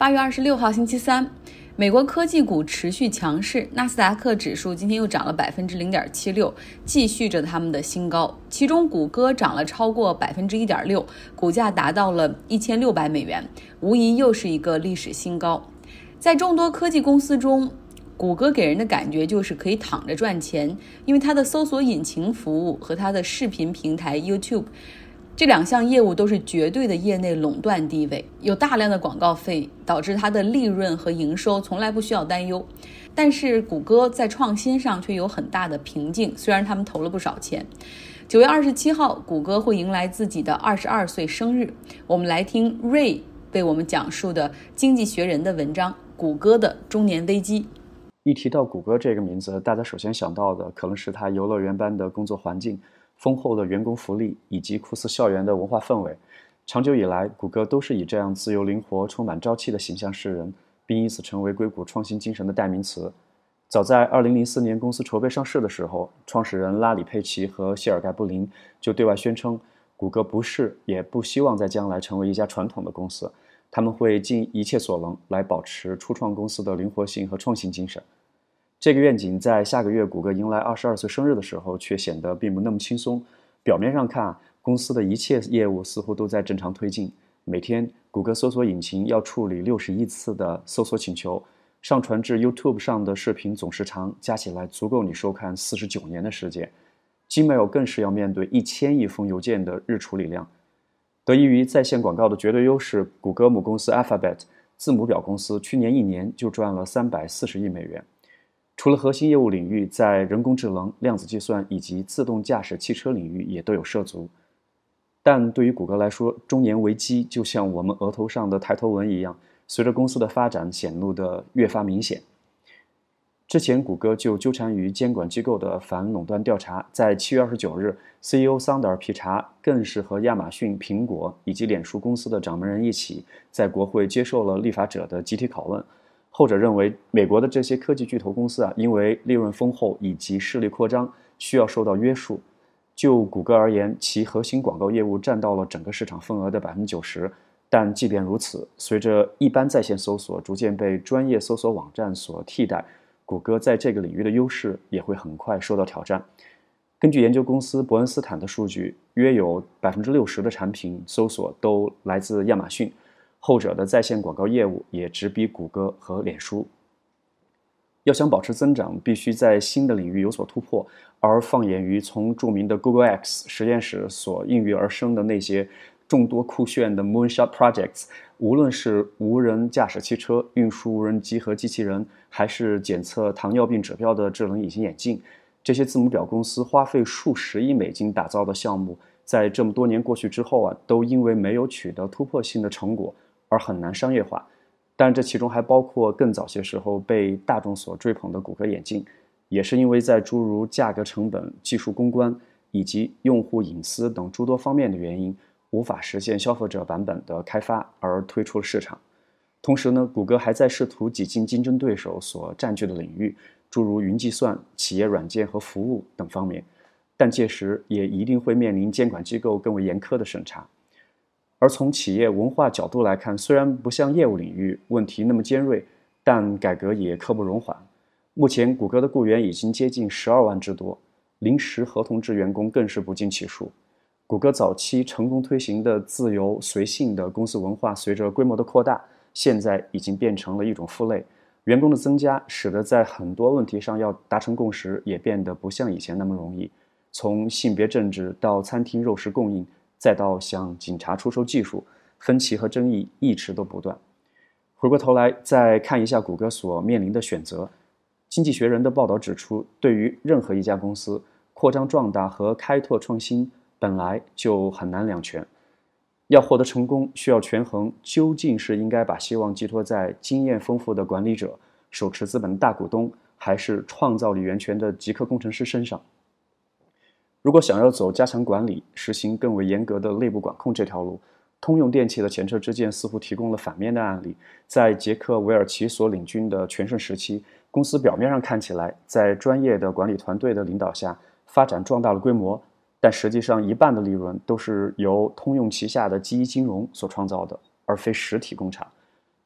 8月26号星期三，美国科技股持续强势，纳斯达克指数今天又涨了 0.76%， 继续着他们的新高。其中谷歌涨了超过 1.6%， 股价达到了1600美元，无疑又是一个历史新高。在众多科技公司中，谷歌给人的感觉就是可以躺着赚钱，因为它的搜索引擎服务和它的视频平台 YouTube这两项业务都是绝对的业内垄断地位，有大量的广告费，导致它的利润和营收从来不需要担忧。但是谷歌在创新上却有很大的瓶颈，虽然他们投了不少钱。9月27号，谷歌会迎来自己的22岁生日。我们来听 Ray 为我们讲述的《经济学人》的文章《谷歌的中年危机》。 一提到谷歌这个名字，大家首先想到的可能是它游乐园般的工作环境、丰厚的员工福利以及酷似校园的文化氛围。长久以来，谷歌都是以这样自由灵活、充满朝气的形象示人，并因此成为硅谷创新精神的代名词。早在2004年公司筹备上市的时候，创始人拉里·佩奇和谢尔盖·布林就对外宣称，谷歌不是也不希望在将来成为一家传统的公司，他们会尽一切所能来保持初创公司的灵活性和创新精神。这个愿景在下个月谷歌迎来22岁生日的时候却显得并不那么轻松。表面上看，公司的一切业务似乎都在正常推进。每天，谷歌搜索引擎要处理60亿次的搜索请求，上传至 YouTube 上的视频总时长加起来足够你收看49年的时间。Gmail 更是要面对1000亿封邮件的日处理量。得益于在线广告的绝对优势，谷歌母公司 Alphabet 字母表公司去年1年就赚了340亿美元。除了核心业务领域，在人工智能、量子计算以及自动驾驶汽车领域也都有涉足。但对于谷歌来说，中年危机就像我们额头上的抬头纹一样，随着公司的发展显露得越发明显。之前谷歌就纠缠于监管机构的反垄断调查，在7月29日 CEO 桑德尔·皮查更是和亚马逊、苹果以及脸书公司的掌门人一起在国会接受了立法者的集体拷问。后者认为，美国的这些科技巨头公司因为利润丰厚以及势力扩张，需要受到约束。就谷歌而言，其核心广告业务占到了整个市场份额的90%。但即便如此，随着一般在线搜索逐渐被专业搜索网站所替代，谷歌在这个领域的优势也会很快受到挑战。根据研究公司伯恩斯坦的数据，约有60%的产品搜索都来自亚马逊。后者的在线广告业务也直逼谷歌和脸书。要想保持增长，必须在新的领域有所突破，而放眼于从著名的 Google X 实验室所孕育而生的那些众多酷炫的 Moonshot Projects， 无论是无人驾驶汽车、运输无人机和机器人，还是检测糖尿病指标的智能隐形眼镜，这些字母表公司花费数十亿美金打造的项目，在这么多年过去之后都因为没有取得突破性的成果而很难商业化。但这其中还包括更早些时候被大众所追捧的谷歌眼镜，也是因为在诸如价格成本、技术攻关以及用户隐私等诸多方面的原因，无法实现消费者版本的开发而推出了市场。同时呢，谷歌还在试图挤进竞争对手所占据的领域，诸如云计算、企业软件和服务等方面，但届时也一定会面临监管机构更为严苛的审查。而从企业文化角度来看，虽然不像业务领域问题那么尖锐，但改革也刻不容缓。目前谷歌的雇员已经接近12万之多，临时合同制员工更是不计其数。谷歌早期成功推行的自由随性的公司文化，随着规模的扩大，现在已经变成了一种负累。员工的增加使得在很多问题上要达成共识也变得不像以前那么容易，从性别政治到餐厅肉食供应，再到向警察出售技术，分歧和争议一直都不断。回过头来再看一下谷歌所面临的选择，经济学人的报道指出，对于任何一家公司，扩张壮大和开拓创新本来就很难两全。要获得成功，需要权衡究竟是应该把希望寄托在经验丰富的管理者、手持资本的大股东，还是创造力源泉的极客工程师身上。如果想要走加强管理、实行更为严格的内部管控这条路，通用电气的前车之鉴似乎提供了反面的案例。在杰克·韦尔奇所领军的全盛时期，公司表面上看起来在专业的管理团队的领导下发展壮大了规模，但实际上一半的利润都是由通用旗下的记忆金融所创造的，而非实体工厂。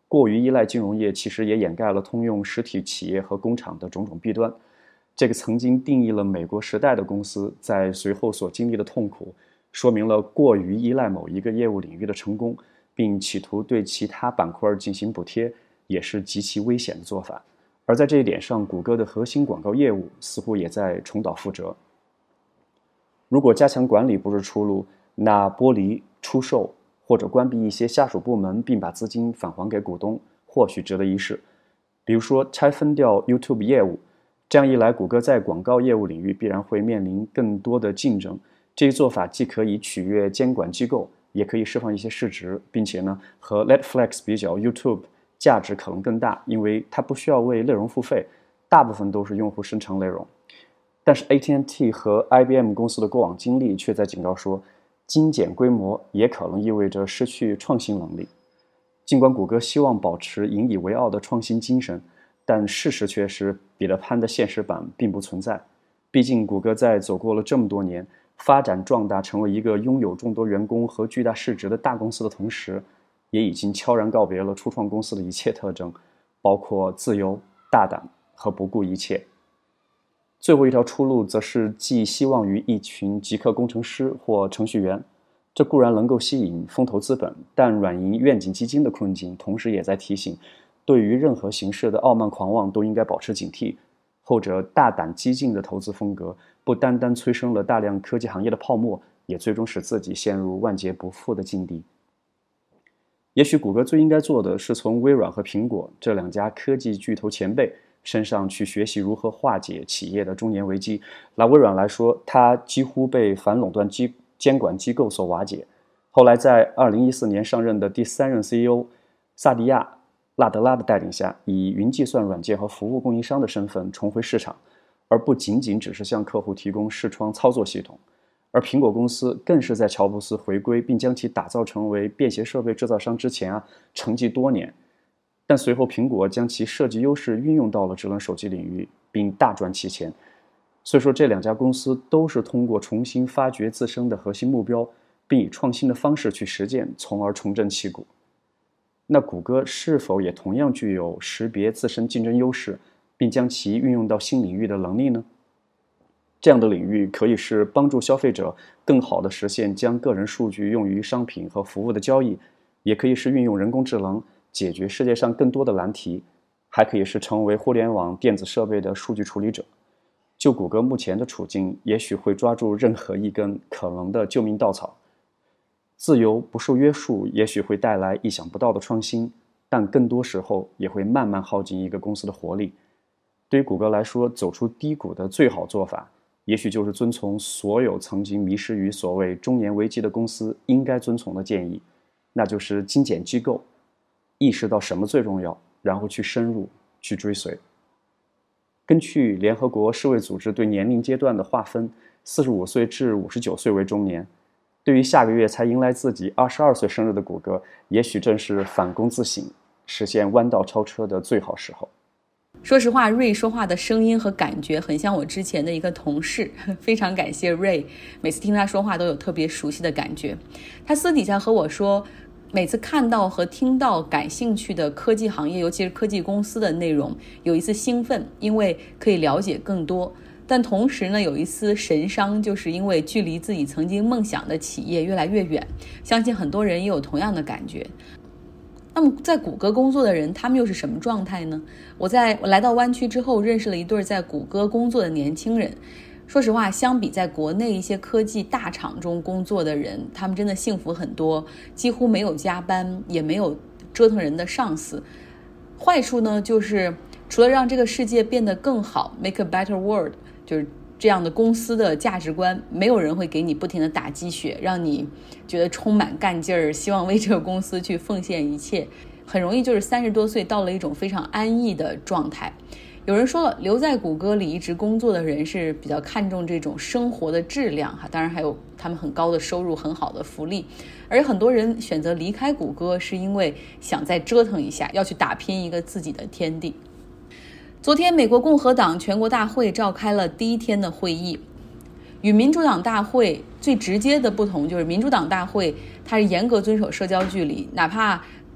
过于依赖金融业其实也掩盖了通用实体企业和工厂的种种弊端。这个曾经定义了美国时代的公司在随后所经历的痛苦，说明了过于依赖某一个业务领域的成功，并企图对其他板块进行补贴，也是极其危险的做法。而在这一点上，谷歌的核心广告业务似乎也在重蹈覆辙。如果加强管理不是出路，那剥离、出售或者关闭一些下属部门，并把资金返还给股东，或许值得一试。比如说拆分掉 YouTube 业务，这样一来，谷歌在广告业务领域必然会面临更多的竞争。这一做法既可以取悦监管机构，也可以释放一些市值，并且呢，和 Netflix 比较 ，YouTube 价值可能更大，因为它不需要为内容付费，大部分都是用户生成内容。但是 AT&T 和 IBM 公司的过往经历却在警告说，精简规模也可能意味着失去创新能力。尽管谷歌希望保持引以为傲的创新精神，但事实却是彼得潘的现实版并不存在。毕竟谷歌在走过了这么多年，发展壮大成为一个拥有众多员工和巨大市值的大公司的同时，也已经悄然告别了初创公司的一切特征，包括自由、大胆和不顾一切。最后一条出路则是寄希望于一群极客工程师或程序员，这固然能够吸引风投资本，但软银愿景基金的困境同时也在提醒，对于任何形式的傲慢狂妄都应该保持警惕。后者大胆激进的投资风格不单单催生了大量科技行业的泡沫，也最终使自己陷入万劫不复的境地。也许谷歌最应该做的是从微软和苹果这两家科技巨头前辈身上去学习如何化解企业的中年危机。拿微软来说，它几乎被反垄断监管机构所瓦解，后来在2014年上任的第3任 CEO 萨迪亚·纳德拉的带领下，以云计算软件和服务供应商的身份重回市场，而不仅仅只是向客户提供视窗操作系统。而苹果公司更是在乔布斯回归并将其打造成为便携设备制造商之前沉寂多年。但随后苹果将其设计优势运用到了智能手机领域，并大赚其钱。所以说这两家公司都是通过重新发掘自身的核心目标，并以创新的方式去实践，从而重振旗鼓。那谷歌是否也同样具有识别自身竞争优势，并将其运用到新领域的能力呢？这样的领域可以是帮助消费者更好地实现将个人数据用于商品和服务的交易，也可以是运用人工智能解决世界上更多的难题，还可以是成为互联网电子设备的数据处理者。就谷歌目前的处境，也许会抓住任何一根可能的救命稻草。自由不受约束也许会带来意想不到的创新，但更多时候也会慢慢耗尽一个公司的活力。对于谷歌来说，走出低谷的最好做法，也许就是遵从所有曾经迷失于所谓中年危机的公司应该遵从的建议，那就是精简机构，意识到什么最重要，然后去深入，去追随。根据联合国世卫组织对年龄阶段的划分，45岁至59岁为中年。对于下个月才迎来自己22岁生日的谷歌，也许正是反躬自省，实现弯道超车的最好时候。 说实话，瑞说话的声音和感觉很像我之前的一个同事，非常感谢瑞，每次听他说话都有特别熟悉的感觉。他私底下和我说，每次看到和听到感兴趣的科技行业，尤其是科技公司的内容，有一丝兴奋，因为可以了解更多。但同时呢，有一丝神伤，就是因为距离自己曾经梦想的企业越来越远。相信很多人也有同样的感觉。那么在谷歌工作的人，他们又是什么状态呢？我来到湾区之后，认识了一对在谷歌工作的年轻人。说实话，相比在国内一些科技大厂中工作的人，他们真的幸福很多，几乎没有加班，也没有折腾人的上司。坏处呢，就是除了让这个世界变得更好 ，make a better world， 就是这样的公司的价值观，没有人会给你不停的打鸡血，让你觉得充满干劲儿，希望为这个公司去奉献一切。很容易就是30多岁到了一种非常安逸的状态。有人说了，留在谷歌里一直工作的人是比较看重这种生活的质量哈，当然还有他们很高的收入、很好的福利。而很多人选择离开谷歌，是因为想再折腾一下，要去打拼一个自己的天地。昨天，美国共和党全国大会召开了第一天的会议。与民主党大会最直接的不同就是，民主党大会它是严格遵守社交距离，哪怕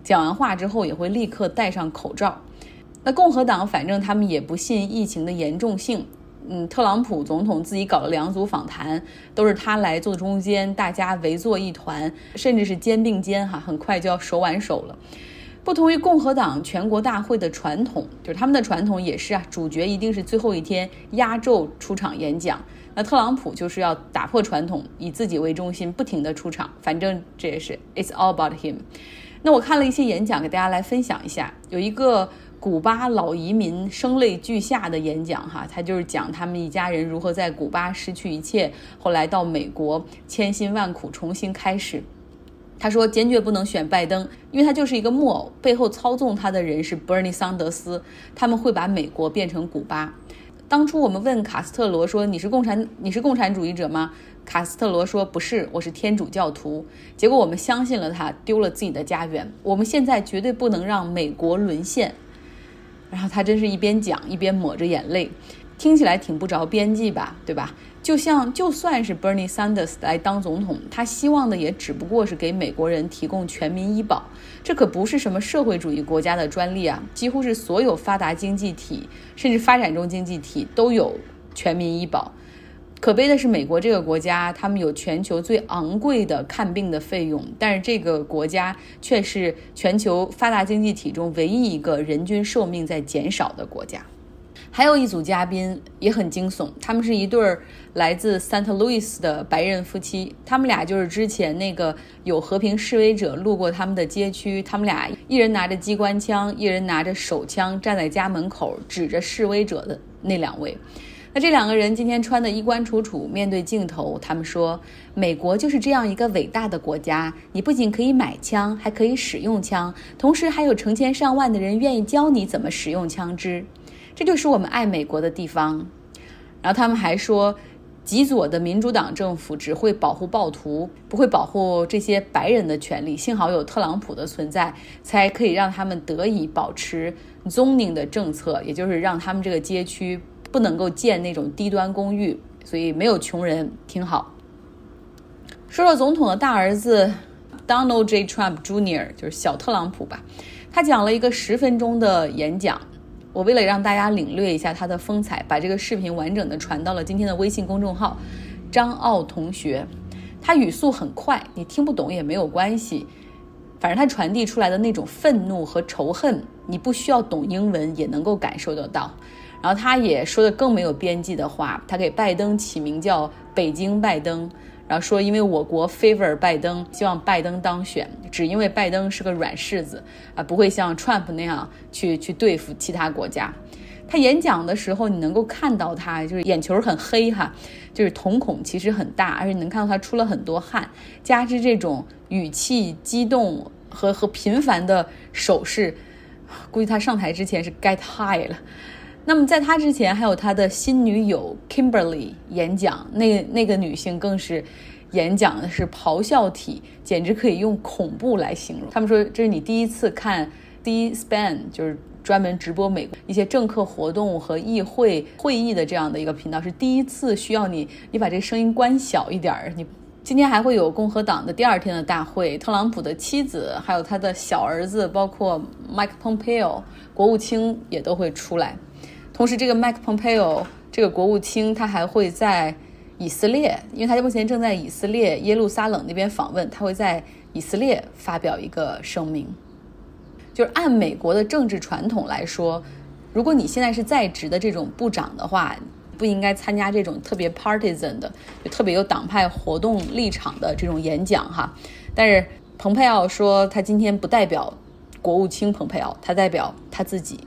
讲完话之后也会立刻戴上口罩。那共和党反正他们也不信疫情的严重性，特朗普总统自己搞了2组访谈，都是他来坐中间，大家围坐一团，甚至是肩并肩很快就要手挽手了。不同于共和党全国大会的传统，就是他们的传统也是主角一定是最后一天压轴出场演讲。那特朗普就是要打破传统，以自己为中心，不停的出场，反正这也是 It's all about him。那我看了一些演讲，给大家来分享一下。有一个古巴老移民声泪俱下的演讲他就是讲他们一家人如何在古巴失去一切，后来到美国千辛万苦重新开始。他说坚决不能选拜登，因为他就是一个木偶，背后操纵他的人是 Bernie 桑德斯，他们会把美国变成古巴。当初我们问卡斯特罗说你是共产主义者吗？卡斯特罗说不是，我是天主教徒。结果我们相信了他，丢了自己的家园。我们现在绝对不能让美国沦陷。然后他真是一边讲一边抹着眼泪，听起来挺不着边际吧，对吧？就算是 Bernie Sanders 来当总统，他希望的也只不过是给美国人提供全民医保，这可不是什么社会主义国家的专利几乎是所有发达经济体甚至发展中经济体都有全民医保。可悲的是美国这个国家，他们有全球最昂贵的看病的费用，但是这个国家却是全球发达经济体中唯一一个人均寿命在减少的国家。还有一组嘉宾也很惊悚，他们是一对来自 St. Louis 的白人夫妻，他们俩就是之前那个有和平示威者路过他们的街区，他们俩一人拿着机关枪，一人拿着手枪，站在家门口指着示威者的那2位。那这2个人今天穿得衣冠楚楚，面对镜头，他们说美国就是这样一个伟大的国家，你不仅可以买枪，还可以使用枪，同时还有成千上万的人愿意教你怎么使用枪支，这就是我们爱美国的地方。然后他们还说极左的民主党政府只会保护暴徒，不会保护这些白人的权利，幸好有特朗普的存在，才可以让他们得以保持 zoning 的政策，也就是让他们这个街区不能够建那种低端公寓，所以没有穷人，挺好。说说总统的大儿子 Donald J. Trump Jr. 就是小特朗普吧，他讲了一个10分钟的演讲，我为了让大家领略一下他的风采，把这个视频完整的传到了今天的微信公众号张奥同学。他语速很快，你听不懂也没有关系，反正他传递出来的那种愤怒和仇恨，你不需要懂英文也能够感受得到。然后他也说的更没有边际的话，他给拜登起名叫北京拜登，然后说因为我国 favor 拜登，希望拜登当选，只因为拜登是个软柿子不会像 Trump 那样去对付其他国家。他演讲的时候你能够看到他就是眼球很黑就是瞳孔其实很大，而且你能看到他出了很多汗，加之这种语气激动和频繁的手势，估计他上台之前是 get high 了。那么在他之前还有他的新女友 Kimberly 演讲，那个女性更是演讲的是咆哮体，简直可以用恐怖来形容。他们说这是你第一次看 C-SPAN， 就是专门直播美国一些政客活动和议会会议的这样的一个频道，是第一次需要你把这个声音关小一点。你今天还会有共和党的第2天的大会，特朗普的妻子还有他的小儿子，包括 Mike Pompeo 国务卿也都会出来。同时这个 Mike Pompeo 这个国务卿他还会在以色列，因为他目前正在以色列耶路撒冷那边访问，他会在以色列发表一个声明。就是按美国的政治传统来说，如果你现在是在职的这种部长的话，不应该参加这种特别 partisan 的就特别有党派活动立场的这种演讲但是蓬佩奥说他今天不代表国务卿蓬佩奥，他代表他自己。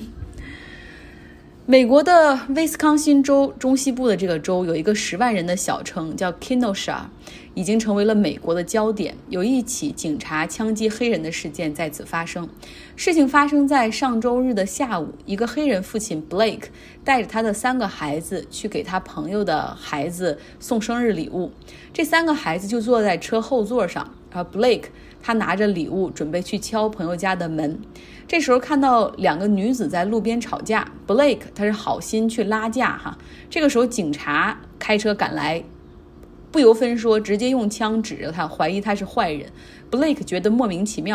美国的威斯康辛州中西部的这个州有一个10万人的小城叫 Kenosha， 已经成为了美国的焦点。有一起警察枪击黑人的事件在此发生。事情发生在上周日的下午，一个黑人父亲 Blake 带着他的3个孩子去给他朋友的孩子送生日礼物。这3个孩子就坐在车后座上，然后 Blake 他拿着礼物准备去敲朋友家的门。这时候看到2个女子在路边吵架， Blake 他是好心去拉架这个时候警察开车赶来，不由分说直接用枪指着他，怀疑他是坏人。 Blake 觉得莫名其妙，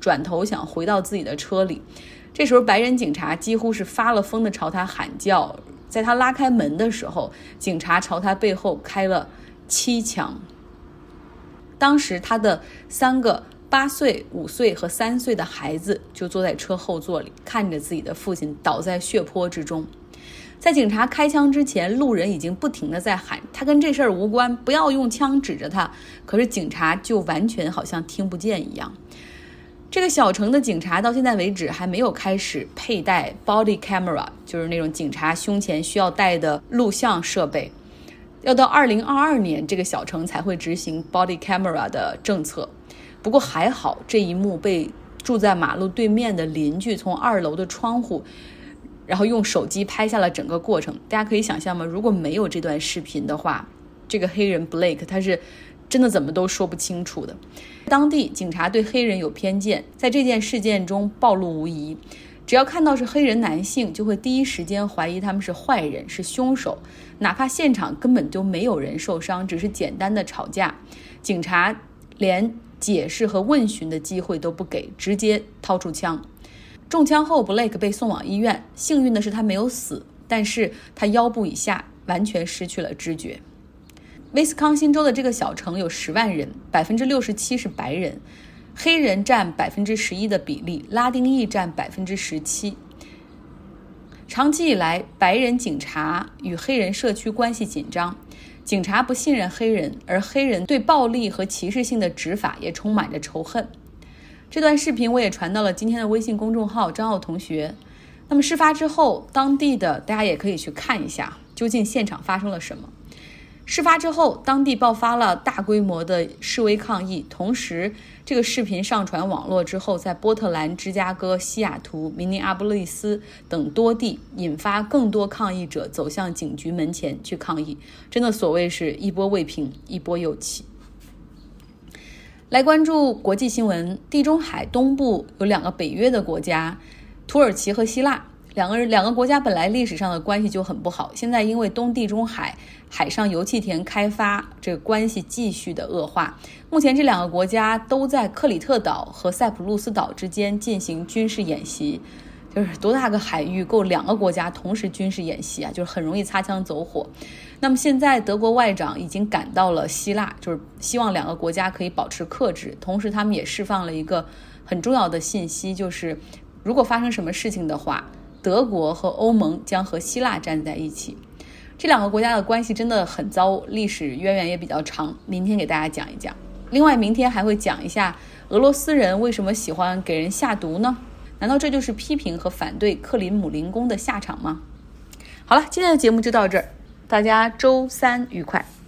转头想回到自己的车里。这时候白人警察几乎是发了疯的朝他喊叫，在他拉开门的时候，警察朝他背后开了7枪。当时他的3个8岁、5岁和3岁的孩子就坐在车后座里，看着自己的父亲倒在血泊之中。在警察开枪之前，路人已经不停地在喊他跟这事儿无关，不要用枪指着他，可是警察就完全好像听不见一样。这个小城的警察到现在为止还没有开始佩戴 body camera， 就是那种警察胸前需要带的录像设备，要到2022年这个小城才会执行 body camera 的政策。不过还好，这一幕被住在马路对面的邻居从2楼的窗户然后用手机拍下了整个过程。大家可以想象吗？如果没有这段视频的话，这个黑人 Blake 他是真的怎么都说不清楚的。当地警察对黑人有偏见，在这件事件中暴露无遗。只要看到是黑人男性，就会第一时间怀疑他们是坏人，是凶手，哪怕现场根本就没有人受伤，只是简单的吵架，警察连解释和问询的机会都不给，直接掏出枪。中枪后 Blake 被送往医院，幸运的是他没有死，但是他腰部以下完全失去了知觉。威斯康辛州的这个小城有10万人，67%是白人，黑人占11%的比例，拉丁裔占17%。长期以来，白人警察与黑人社区关系紧张，警察不信任黑人，而黑人对暴力和歧视性的执法也充满着仇恨。这段视频我也传到了今天的微信公众号张奥同学。那么事发之后，当地的大家也可以去看一下，究竟现场发生了什么。事发之后，当地爆发了大规模的示威抗议，同时这个视频上传网络之后，在波特兰、芝加哥、西雅图、明尼阿波利斯等多地引发更多抗议者走向警局门前去抗议，真的所谓是一波未平一波又起。来关注国际新闻，地中海东部有2个北约的国家，土耳其和希腊。两个国家本来历史上的关系就很不好，现在因为东地中海海上油气田开发，这个关系继续的恶化。目前这2个国家都在克里特岛和塞浦路斯岛之间进行军事演习，就是多大个海域够2个国家同时军事演习啊，就是很容易擦枪走火。那么现在德国外长已经赶到了希腊，就是希望2个国家可以保持克制，同时他们也释放了一个很重要的信息，就是如果发生什么事情的话，德国和欧盟将和希腊站在一起。这2个国家的关系真的很糟，历史渊源也比较长，明天给大家讲一讲。另外明天还会讲一下俄罗斯人为什么喜欢给人下毒呢？难道这就是批评和反对克林姆林宫的下场吗？好了，今天的节目就到这儿，大家周3愉快。